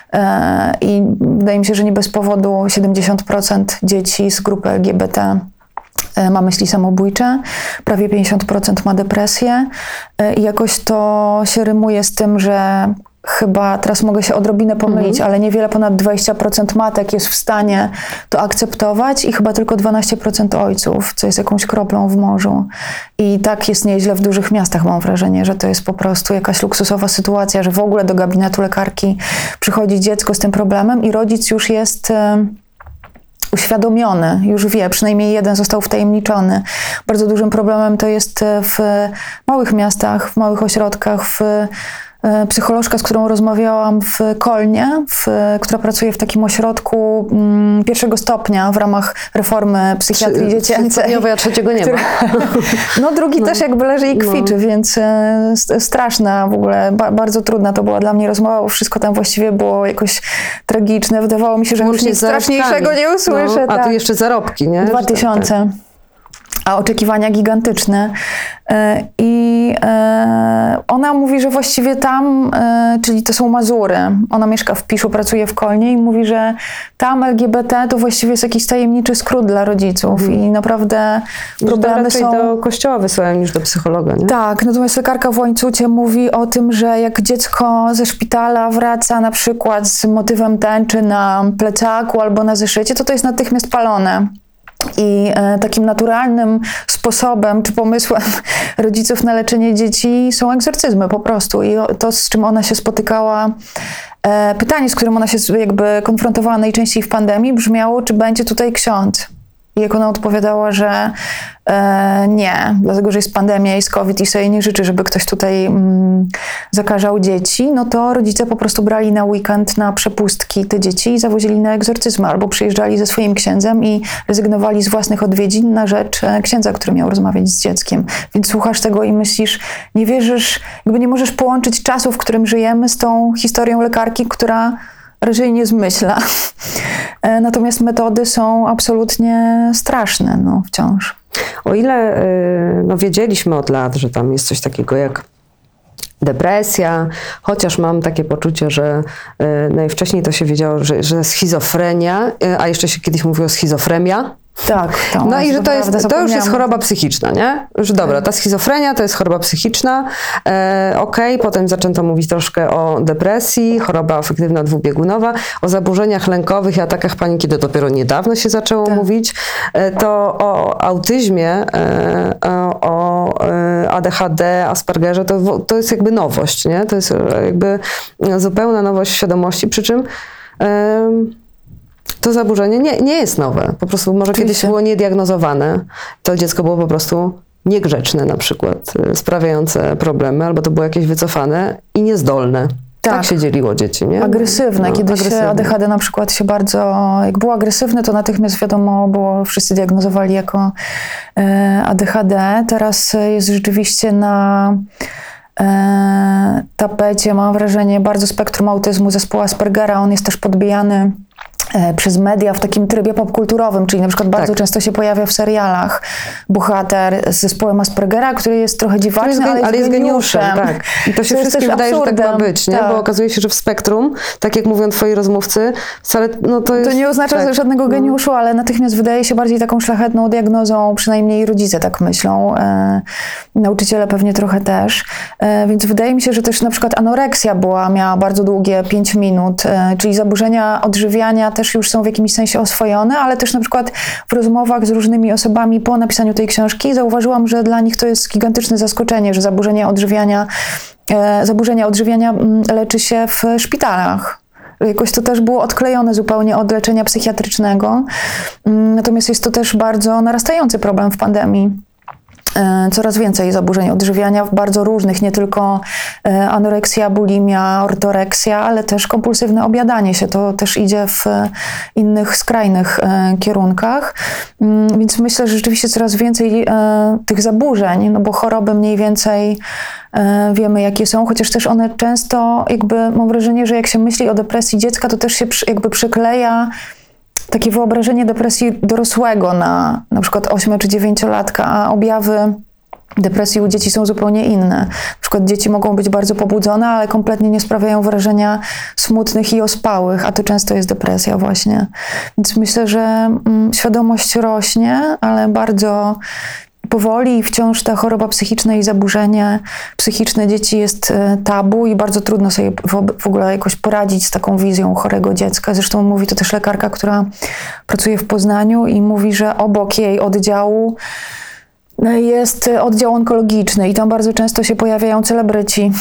I wydaje mi się, że nie bez powodu 70% dzieci z grupy LGBT ma myśli samobójcze, prawie 50% ma depresję i jakoś to się rymuje z tym, że chyba, teraz mogę się odrobinę pomylić, ale niewiele ponad 20% matek jest w stanie to akceptować i chyba tylko 12% ojców, co jest jakąś kroplą w morzu. I tak jest nieźle w dużych miastach, mam wrażenie, że to jest po prostu jakaś luksusowa sytuacja, że w ogóle do gabinetu lekarki przychodzi dziecko z tym problemem i rodzic już jest uświadomiony, już wie, przynajmniej jeden został wtajemniczony. Bardzo dużym problemem to jest w małych miastach, w małych ośrodkach, psycholożka, z którą rozmawiałam w Kolnie, która pracuje w takim ośrodku pierwszego stopnia w ramach reformy psychiatrii dziecięcej. A trzeciego nie ma. Drugi też jakby leży i kwiczy, więc straszna w ogóle, bardzo trudna to była dla mnie rozmowa, bo wszystko tam właściwie było jakoś tragiczne. Wydawało mi się, że już nic straszniejszego nie usłyszę. A tu jeszcze zarobki, nie? 2000. A oczekiwania gigantyczne. I ona mówi, że właściwie tam, czyli to są Mazury, ona mieszka w Piszu, pracuje w Kolnie i mówi, że tam LGBT to właściwie jest jakiś tajemniczy skrót dla rodziców i naprawdę problemy są... do kościoła wysyłają niż do psychologa, nie? Tak, natomiast lekarka w Łańcucie mówi o tym, że jak dziecko ze szpitala wraca na przykład z motywem tęczy na plecaku albo na zeszycie, to jest natychmiast palone. I takim naturalnym sposobem czy pomysłem rodziców na leczenie dzieci są egzorcyzmy po prostu. I to, z czym ona się spotykała, pytanie, z którym ona się jakby konfrontowała najczęściej w pandemii, brzmiało, czy będzie tutaj ksiądz. I jak ona odpowiadała, że nie, dlatego że jest pandemia, jest COVID i sobie nie życzy, żeby ktoś tutaj zakażał dzieci, no to rodzice po prostu brali na weekend na przepustki te dzieci i zawozili na egzorcyzmy albo przyjeżdżali ze swoim księdzem i rezygnowali z własnych odwiedzin na rzecz księdza, który miał rozmawiać z dzieckiem. Więc słuchasz tego i myślisz, nie wierzysz, jakby nie możesz połączyć czasu, w którym żyjemy z tą historią lekarki, która raczej nie zmyśla. Natomiast metody są absolutnie straszne, wciąż. O ile wiedzieliśmy od lat, że tam jest coś takiego jak depresja, chociaż mam takie poczucie, że najwcześniej to się wiedziało, że schizofrenia, a jeszcze się kiedyś mówiło schizofrenia. Tak. I że to już jest choroba psychiczna, nie? Że dobra, ta schizofrenia to jest choroba psychiczna, potem zaczęto mówić troszkę o depresji, choroba afektywna dwubiegunowa, o zaburzeniach lękowych i atakach paniki, to dopiero niedawno się zaczęło mówić, to o autyzmie, o ADHD, Aspergerze, to jest jakby nowość, nie? To jest jakby zupełna nowość świadomości, przy czym to zaburzenie nie jest nowe. Po prostu może kiedyś było niediagnozowane. To dziecko było po prostu niegrzeczne na przykład, sprawiające problemy, albo to było jakieś wycofane i niezdolne. Tak się dzieliło dzieci, nie? Agresywne. No, Kiedyś agresywne. ADHD na przykład się bardzo... Jak było agresywne, to natychmiast wiadomo było, wszyscy diagnozowali jako ADHD. Teraz jest rzeczywiście na tapecie, mam wrażenie, bardzo spektrum autyzmu, zespołu Aspergera. On jest też podbijany przez media w takim trybie popkulturowym, czyli na przykład bardzo często się pojawia w serialach bohater z zespołem Aspergera, który jest trochę dziwaczny, ale jest geniuszem. Tak. I to się jest wszystkim też wydaje, że tak ma absurdem. być, nie? Tak. Bo okazuje się, że w spektrum, tak jak mówią twoi rozmówcy, wcale to jest... To nie oznacza żadnego geniuszu, ale natychmiast wydaje się bardziej taką szlachetną diagnozą, przynajmniej rodzice tak myślą, nauczyciele pewnie trochę też, więc wydaje mi się, że też na przykład anoreksja miała bardzo długie 5 minut, czyli zaburzenia odżywiania też już są w jakimś sensie oswojone, ale też na przykład w rozmowach z różnymi osobami po napisaniu tej książki zauważyłam, że dla nich to jest gigantyczne zaskoczenie, że zaburzenia odżywiania leczy się w szpitalach. Jakoś to też było odklejone zupełnie od leczenia psychiatrycznego. Natomiast jest to też bardzo narastający problem w pandemii. Coraz więcej zaburzeń odżywiania, bardzo różnych, nie tylko anoreksja, bulimia, ortoreksja, ale też kompulsywne objadanie się. To też idzie w innych skrajnych kierunkach. Więc myślę, że rzeczywiście coraz więcej tych zaburzeń, no bo choroby mniej więcej wiemy, jakie są, chociaż też one często mam wrażenie, że jak się myśli o depresji dziecka, to też się przykleja takie wyobrażenie depresji dorosłego na przykład 8- czy 9-latka, a objawy depresji u dzieci są zupełnie inne. Na przykład dzieci mogą być bardzo pobudzone, ale kompletnie nie sprawiają wrażenia smutnych i ospałych, a to często jest depresja właśnie. Więc myślę, że świadomość rośnie, ale bardzo powoli i wciąż ta choroba psychiczna i zaburzenie psychiczne dzieci jest tabu i bardzo trudno sobie w ogóle jakoś poradzić z taką wizją chorego dziecka. Zresztą mówi to też lekarka, która pracuje w Poznaniu i mówi, że obok jej oddziału jest oddział onkologiczny i tam bardzo często się pojawiają celebryci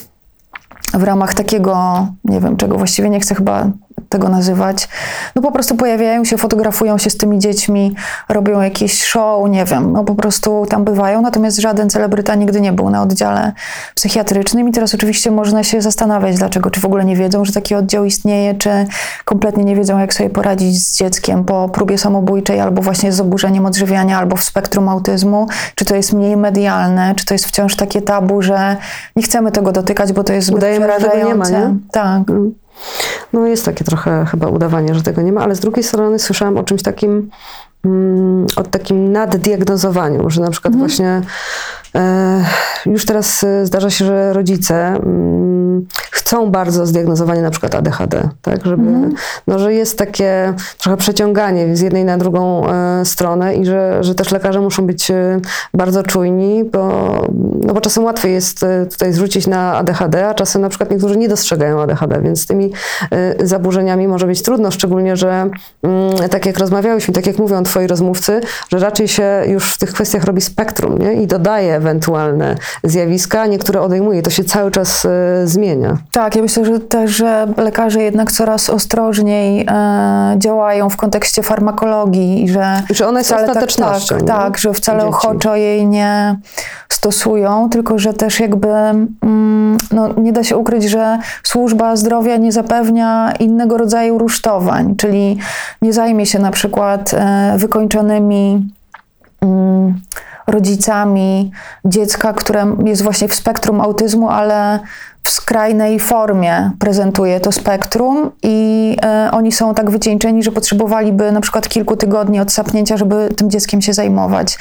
w ramach takiego, nie wiem czego, właściwie nie chcę chyba tego nazywać, no po prostu pojawiają się, fotografują się z tymi dziećmi, robią jakieś show, nie wiem, no po prostu tam bywają, natomiast żaden celebryta nigdy nie był na oddziale psychiatrycznym i teraz oczywiście można się zastanawiać dlaczego, czy w ogóle nie wiedzą, że taki oddział istnieje, czy kompletnie nie wiedzą, jak sobie poradzić z dzieckiem po próbie samobójczej, albo właśnie z zaburzeniem odżywiania, albo w spektrum autyzmu, czy to jest mniej medialne, czy to jest wciąż takie tabu, że nie chcemy tego dotykać, bo to jest zbyt udajemy, że tego nie ma, nie? Tak. No jest takie trochę chyba udawanie, że tego nie ma, ale z drugiej strony słyszałam o czymś takim, o takim naddiagnozowaniu, że na przykład właśnie już teraz zdarza się, że rodzice chcą bardzo zdiagnozowanie na przykład ADHD, tak, żeby, no, że jest takie trochę przeciąganie z jednej na drugą stronę i że też lekarze muszą być bardzo czujni, bo czasem łatwiej jest tutaj zrzucić na ADHD, a czasem na przykład niektórzy nie dostrzegają ADHD, więc z tymi zaburzeniami może być trudno, szczególnie, że tak jak rozmawiałyśmy, tak jak mówią twoi rozmówcy, że raczej się już w tych kwestiach robi spektrum, nie? I dodaje ewentualne zjawiska, niektóre odejmuje. To się cały czas zmienia. Tak, ja myślę, że też że lekarze jednak coraz ostrożniej działają w kontekście farmakologii i że ona jest ostatecznością. Tak, że wcale ochoczo jej nie stosują, tylko że też jakby nie da się ukryć, że służba zdrowia nie zapewnia innego rodzaju rusztowań, czyli nie zajmie się na przykład wykończonymi rodzicami dziecka, które jest właśnie w spektrum autyzmu, ale w skrajnej formie prezentuje to spektrum i oni są tak wycieńczeni, że potrzebowaliby na przykład kilku tygodni odsapnięcia, żeby tym dzieckiem się zajmować.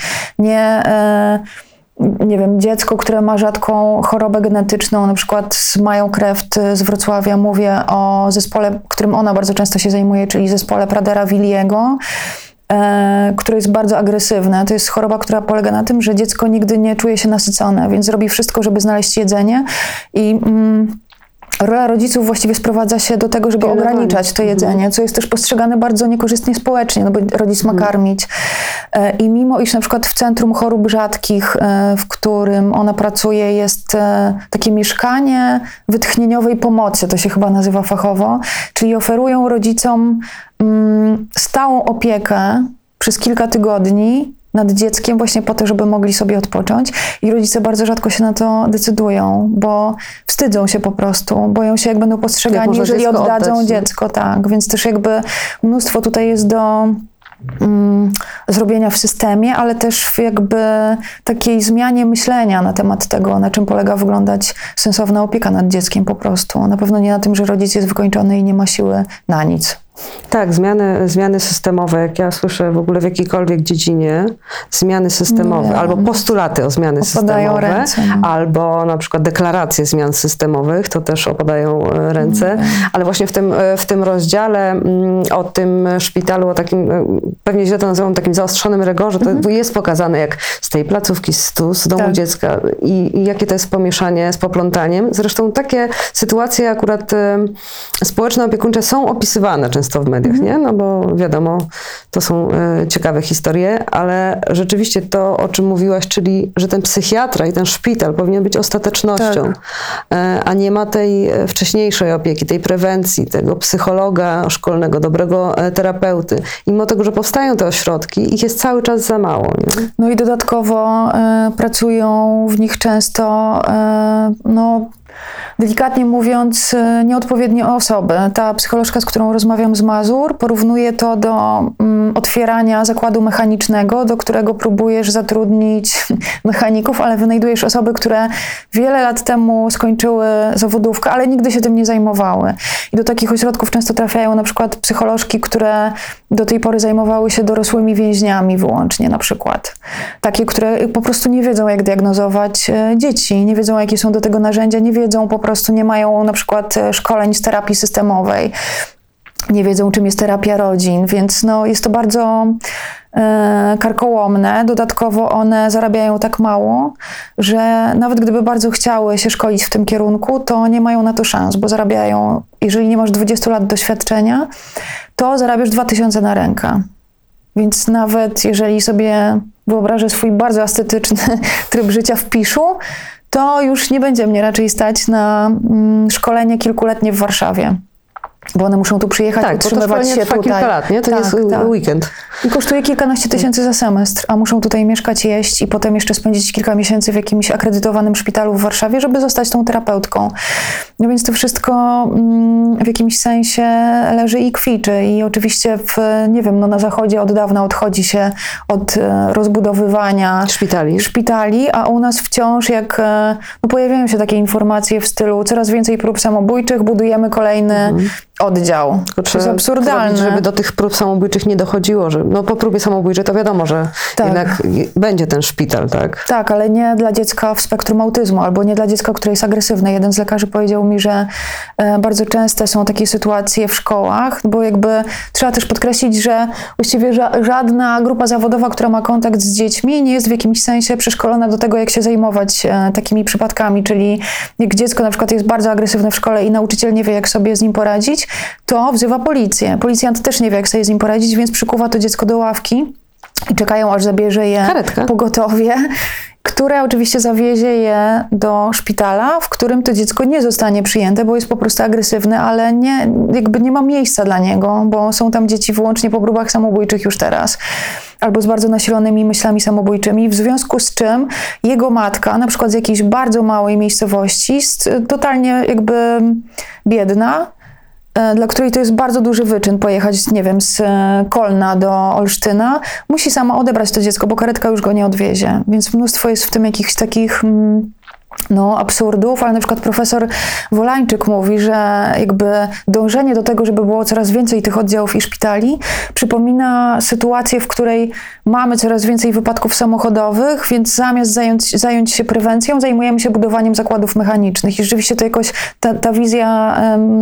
Nie wiem, dziecko, które ma rzadką chorobę genetyczną, na przykład z Mają Kreft z Wrocławia, mówię o zespole, którym ona bardzo często się zajmuje, czyli zespole Pradera-Williego, które jest bardzo agresywne. To jest choroba, która polega na tym, że dziecko nigdy nie czuje się nasycone, więc robi wszystko, żeby znaleźć jedzenie i rola rodziców właściwie sprowadza się do tego, żeby ograniczać to jedzenie, co jest też postrzegane bardzo niekorzystnie społecznie, no bo rodzic ma karmić. I mimo iż na przykład w Centrum Chorób Rzadkich, w którym ona pracuje, jest takie mieszkanie wytchnieniowej pomocy, to się chyba nazywa fachowo, czyli oferują rodzicom stałą opiekę przez kilka tygodni nad dzieckiem właśnie po to, żeby mogli sobie odpocząć i rodzice bardzo rzadko się na to decydują, bo wstydzą się po prostu, boją się jak będą postrzegani, jeżeli oddadzą dziecko, tak, więc też jakby mnóstwo tutaj jest do zrobienia w systemie, ale też w jakby takiej zmianie myślenia na temat tego, na czym polega wyglądać sensowna opieka nad dzieckiem po prostu. Na pewno nie na tym, że rodzic jest wykończony i nie ma siły na nic. Tak, zmiany systemowe, jak ja słyszę w ogóle w jakiejkolwiek dziedzinie, zmiany systemowe, albo postulaty o zmiany systemowe, ręce. albo na przykład deklaracje zmian systemowych, to też opadają ręce, ale właśnie w tym rozdziale o tym szpitalu, o takim, pewnie źle to nazywam, takim zaostrzonym rygorze, to jest pokazane, jak z tej placówki, z domu dziecka i jakie to jest pomieszanie z poplątaniem. Zresztą takie sytuacje akurat społeczno-opiekuńcze są opisywane często w mediach, nie? No bo wiadomo, to są ciekawe historie, ale rzeczywiście to, o czym mówiłaś, czyli, że ten psychiatra i ten szpital powinien być ostatecznością, a nie ma tej wcześniejszej opieki, tej prewencji, tego psychologa szkolnego, dobrego terapeuty. I mimo tego, że powstają te ośrodki, ich jest cały czas za mało, nie? No i dodatkowo pracują w nich często, delikatnie mówiąc, nieodpowiednie osoby. Ta psycholożka, z którą rozmawiam z Mazur, porównuje to do otwierania zakładu mechanicznego, do którego próbujesz zatrudnić mechaników, ale wynajdujesz osoby, które wiele lat temu skończyły zawodówkę, ale nigdy się tym nie zajmowały. I do takich ośrodków często trafiają na przykład psycholożki, które do tej pory zajmowały się dorosłymi więźniami wyłącznie na przykład. Takie, które po prostu nie wiedzą, jak diagnozować dzieci, nie wiedzą, jakie są do tego narzędzia, nie wiedzą, po prostu nie mają na przykład szkoleń z terapii systemowej, nie wiedzą, czym jest terapia rodzin, więc jest to bardzo karkołomne. Dodatkowo one zarabiają tak mało, że nawet gdyby bardzo chciały się szkolić w tym kierunku, to nie mają na to szans, bo zarabiają, jeżeli nie masz 20 lat doświadczenia, to zarabiasz 2000 na rękę. Więc nawet jeżeli sobie wyobrażę swój bardzo ascetyczny tryb życia w Piszu, to już nie będzie mnie raczej stać na szkolenie kilkuletnie w Warszawie. Bo one muszą tu przyjechać, utrzymywać się tutaj. Kilka lat, nie? To nie jest weekend. I kosztuje kilkanaście tysięcy za semestr, a muszą tutaj mieszkać, jeść i potem jeszcze spędzić kilka miesięcy w jakimś akredytowanym szpitalu w Warszawie, żeby zostać tą terapeutką. No więc to wszystko w jakimś sensie leży i kwiczy. I oczywiście na zachodzie od dawna odchodzi się od rozbudowywania szpitali, a u nas wciąż pojawiają się takie informacje w stylu coraz więcej prób samobójczych, budujemy kolejny oddział. To jest absurdalne. Żeby do tych prób samobójczych nie dochodziło, że po próbie samobójczej to wiadomo, że jednak będzie ten szpital, tak? Tak, ale nie dla dziecka w spektrum autyzmu, albo nie dla dziecka, które jest agresywne. Jeden z lekarzy powiedział mi, że bardzo częste są takie sytuacje w szkołach, bo trzeba też podkreślić, że właściwie żadna grupa zawodowa, która ma kontakt z dziećmi, nie jest w jakimś sensie przeszkolona do tego, jak się zajmować takimi przypadkami, czyli jak dziecko na przykład jest bardzo agresywne w szkole i nauczyciel nie wie, jak sobie z nim poradzić, to wzywa policję. Policjant też nie wie, jak sobie z nim poradzić, więc przykuwa to dziecko do ławki i czekają, aż zabierze je pogotowie, które oczywiście zawiezie je do szpitala, w którym to dziecko nie zostanie przyjęte, bo jest po prostu agresywne, ale nie ma miejsca dla niego, bo są tam dzieci wyłącznie po próbach samobójczych już teraz, albo z bardzo nasilonymi myślami samobójczymi, w związku z czym jego matka, na przykład z jakiejś bardzo małej miejscowości, totalnie biedna, dla której to jest bardzo duży wyczyn pojechać, z Kolna do Olsztyna, musi sama odebrać to dziecko, bo karetka już go nie odwiezie. Więc mnóstwo jest w tym jakichś takich absurdów, ale na przykład profesor Wolańczyk mówi, że dążenie do tego, żeby było coraz więcej tych oddziałów i szpitali, przypomina sytuację, w której mamy coraz więcej wypadków samochodowych, więc zamiast zająć się prewencją, zajmujemy się budowaniem zakładów mechanicznych. I rzeczywiście to jakoś ta wizja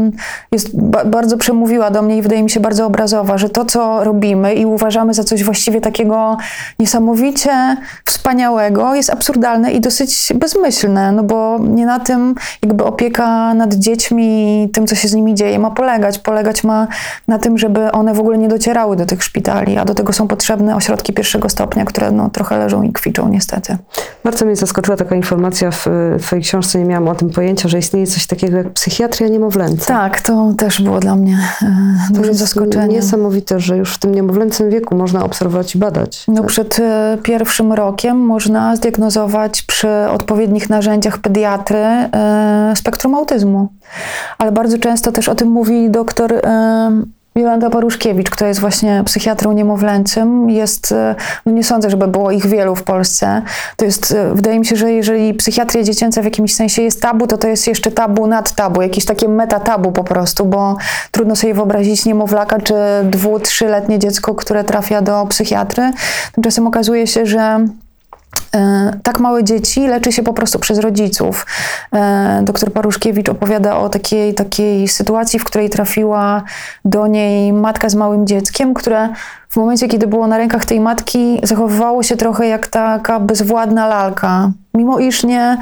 bardzo przemówiła do mnie i wydaje mi się bardzo obrazowa, że to, co robimy i uważamy za coś właściwie takiego niesamowicie wspaniałego, jest absurdalne i dosyć bezmyślne. no bo nie na tym jakby opieka nad dziećmi i tym, co się z nimi dzieje, ma polegać. Polegać ma na tym, żeby one w ogóle nie docierały do tych szpitali, a do tego są potrzebne ośrodki pierwszego stopnia, które no, trochę leżą i kwiczą niestety. Bardzo mnie zaskoczyła taka informacja w twojej książce, nie miałam o tym pojęcia, że istnieje coś takiego jak psychiatria niemowlęca. Tak, to też było dla mnie dużym zaskoczeniem. Niesamowite, że już w tym niemowlęcym wieku można obserwować i badać. No, przed pierwszym rokiem można zdiagnozować przy odpowiednich narzędziach pediatry spektrum autyzmu. Ale bardzo często też o tym mówi doktor Jolanta Paruszkiewicz, która jest właśnie psychiatrą niemowlęcym. Jest, no nie sądzę, żeby było ich wielu w Polsce. To jest, wydaje mi się, że jeżeli psychiatria dziecięca w jakimś sensie jest tabu, to jest jeszcze tabu nad tabu, jakieś takie metatabu po prostu, bo trudno sobie wyobrazić niemowlaka czy 2-3-letnie dziecko, które trafia do psychiatry. Tymczasem okazuje się, że tak małe dzieci leczy się po prostu przez rodziców. Doktor Paruszkiewicz opowiada o takiej sytuacji, w której trafiła do niej matka z małym dzieckiem, które w momencie, kiedy było na rękach tej matki, zachowywało się trochę jak taka bezwładna lalka. Mimo iż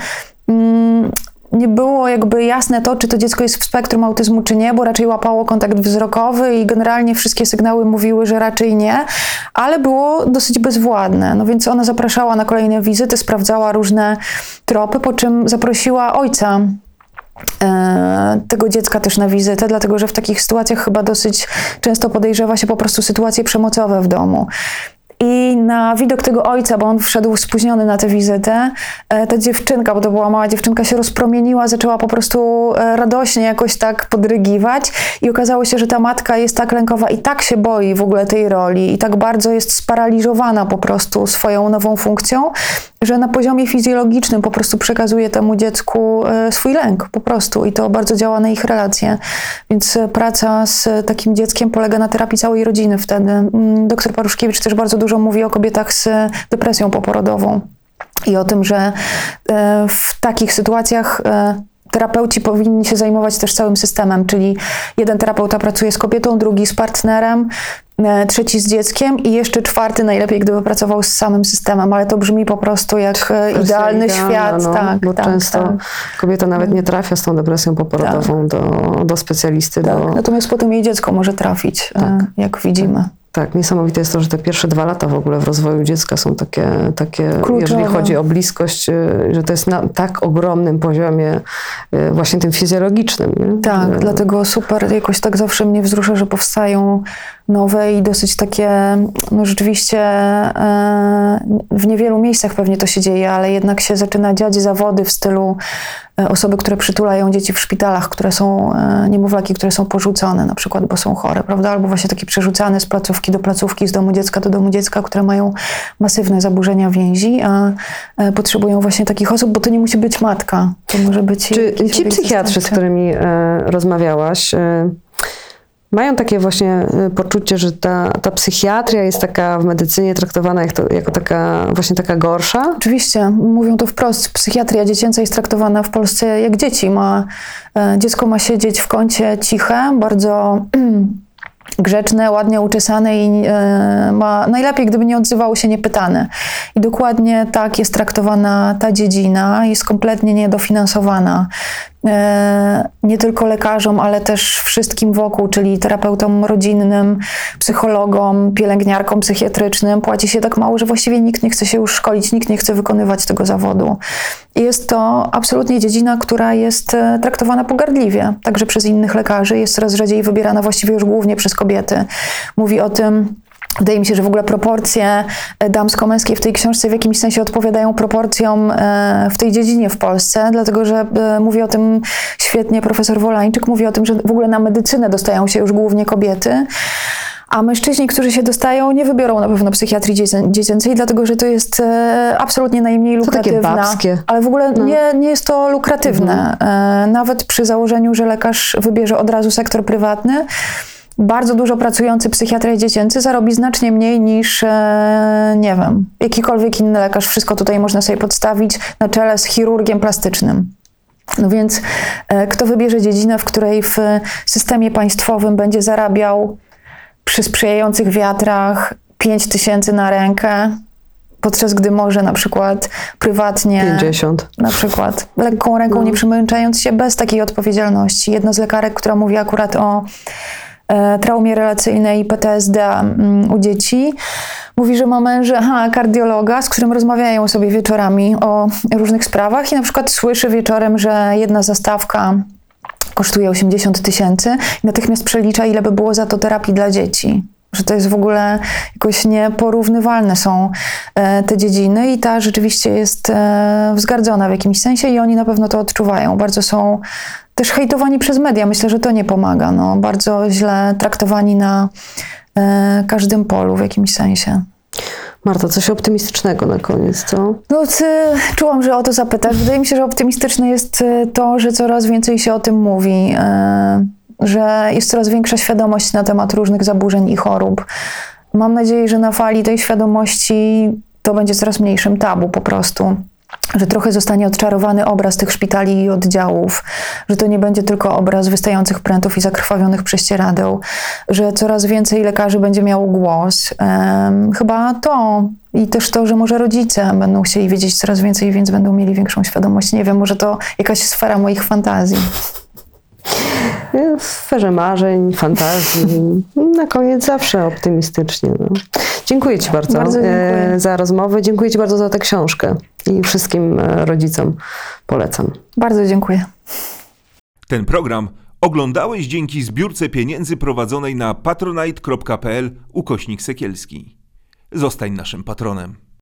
nie było jakby jasne to, czy to dziecko jest w spektrum autyzmu, czy nie, bo raczej łapało kontakt wzrokowy i generalnie wszystkie sygnały mówiły, że raczej nie, ale było dosyć bezwładne. No więc ona zapraszała na kolejne wizyty, sprawdzała różne tropy, po czym zaprosiła ojca tego dziecka też na wizytę, dlatego że w takich sytuacjach chyba dosyć często podejrzewa się po prostu sytuacje przemocowe w domu. I na widok tego ojca, bo on wszedł spóźniony na tę wizytę, ta dziewczynka, bo to była mała dziewczynka, się rozpromieniła, zaczęła po prostu radośnie jakoś tak podrygiwać i okazało się, że ta matka jest tak lękowa i tak się boi w ogóle tej roli i tak bardzo jest sparaliżowana po prostu swoją nową funkcją, że na poziomie fizjologicznym po prostu przekazuje temu dziecku swój lęk po prostu i to bardzo działa na ich relacje. Więc praca z takim dzieckiem polega na terapii całej rodziny wtedy. Doktor Paruszkiewicz też bardzo dużo mówi o kobietach z depresją poporodową i o tym, że w takich sytuacjach terapeuci powinni się zajmować też całym systemem, czyli jeden terapeuta pracuje z kobietą, drugi z partnerem, trzeci z dzieckiem i jeszcze czwarty najlepiej, gdyby pracował z samym systemem, ale to brzmi po prostu jak idealny świat. No, tak, bo tak, często tak. kobieta nawet nie trafia z tą depresją poporodową do specjalisty. Tak. Natomiast potem jej dziecko może trafić, jak widzimy. Tak, niesamowite jest to, że te pierwsze 2 lata w ogóle w rozwoju dziecka są takie jeżeli chodzi o bliskość, że to jest na tak ogromnym poziomie właśnie tym fizjologicznym. Nie? Tak, dlatego super, jakoś tak zawsze mnie wzrusza, że powstają nowe i dosyć takie, no rzeczywiście w niewielu miejscach pewnie to się dzieje, ale jednak się zaczyna dziać zawody w stylu osoby, które przytulają dzieci w szpitalach, które są, niemowlaki, które są porzucone na przykład, bo są chore, prawda? Albo właśnie takie przerzucane z placówki do placówki, z domu dziecka do domu dziecka, które mają masywne zaburzenia więzi, a potrzebują właśnie takich osób, bo to nie musi być matka, to może być... Czy ci psychiatrzy, z którymi rozmawiałaś, mają takie właśnie poczucie, że ta psychiatria jest taka w medycynie traktowana jako taka gorsza? Oczywiście, mówią to wprost. Psychiatria dziecięca jest traktowana w Polsce jak dzieci. Dziecko ma siedzieć w kącie ciche, bardzo grzeczne, ładnie uczesane i najlepiej, gdyby nie odzywało się niepytane. I dokładnie tak jest traktowana ta dziedzina, jest kompletnie niedofinansowana. Nie tylko lekarzom, ale też wszystkim wokół, czyli terapeutom rodzinnym, psychologom, pielęgniarkom psychiatrycznym. Płaci się tak mało, że właściwie nikt nie chce się już szkolić, nikt nie chce wykonywać tego zawodu. I jest to absolutnie dziedzina, która jest traktowana pogardliwie, także przez innych lekarzy. Jest coraz rzadziej wybierana właściwie już głównie przez kobiety. Mówi o tym, wydaje mi się, że w ogóle proporcje damsko-męskie w tej książce w jakimś sensie odpowiadają proporcjom w tej dziedzinie w Polsce, dlatego że mówi o tym świetnie profesor Wolańczyk, mówi o tym, że w ogóle na medycynę dostają się już głównie kobiety, a mężczyźni, którzy się dostają, nie wybiorą na pewno psychiatrii dziecięcej, dlatego że to jest absolutnie najmniej lukratywne. To takie babskie. Ale w ogóle nie jest to lukratywne. Nawet przy założeniu, że lekarz wybierze od razu sektor prywatny, bardzo dużo pracujący psychiatra dziecięcy zarobi znacznie mniej niż, nie wiem, jakikolwiek inny lekarz. Wszystko tutaj można sobie podstawić na czele z chirurgiem plastycznym. No więc kto wybierze dziedzinę, w której w systemie państwowym będzie zarabiał przy sprzyjających wiatrach 5 000 na rękę, podczas gdy może na przykład prywatnie, 50. na przykład lekką ręką, nie przymęczając się, bez takiej odpowiedzialności. Jedna z lekarek, która mówi akurat o traumie relacyjnej i PTSD u dzieci, mówi, że ma męża, kardiologa, z którym rozmawiają sobie wieczorami o różnych sprawach i na przykład słyszy wieczorem, że jedna zastawka kosztuje 80 000 i natychmiast przelicza, ile by było za to terapii dla dzieci. Że to jest w ogóle jakoś nieporównywalne są te dziedziny i ta rzeczywiście jest wzgardzona w jakimś sensie i oni na pewno to odczuwają. Bardzo są też hejtowani przez media. Myślę, że to nie pomaga. No, bardzo źle traktowani na każdym polu w jakimś sensie. Marta, coś optymistycznego na koniec, co? No, czułam, że o to zapytasz. Wydaje mi się, że optymistyczne jest to, że coraz więcej się o tym mówi, że jest coraz większa świadomość na temat różnych zaburzeń i chorób. Mam nadzieję, że na fali tej świadomości to będzie coraz mniejszym tabu po prostu. Że trochę zostanie odczarowany obraz tych szpitali i oddziałów, że to nie będzie tylko obraz wystających prętów i zakrwawionych prześcieradeł, że coraz więcej lekarzy będzie miało głos. Chyba to i też to, że może rodzice będą chcieli wiedzieć coraz więcej, więc będą mieli większą świadomość. Nie wiem, może to jakaś sfera moich fantazji. W sferze marzeń, fantazji. Na koniec zawsze optymistycznie. No. Dziękuję Ci bardzo, Bardzo dziękuję. za rozmowę. Dziękuję Ci bardzo za tę książkę i wszystkim rodzicom polecam. Bardzo dziękuję. Ten program oglądałeś dzięki zbiórce pieniędzy prowadzonej na patronite.pl/Sekielski. Zostań naszym patronem.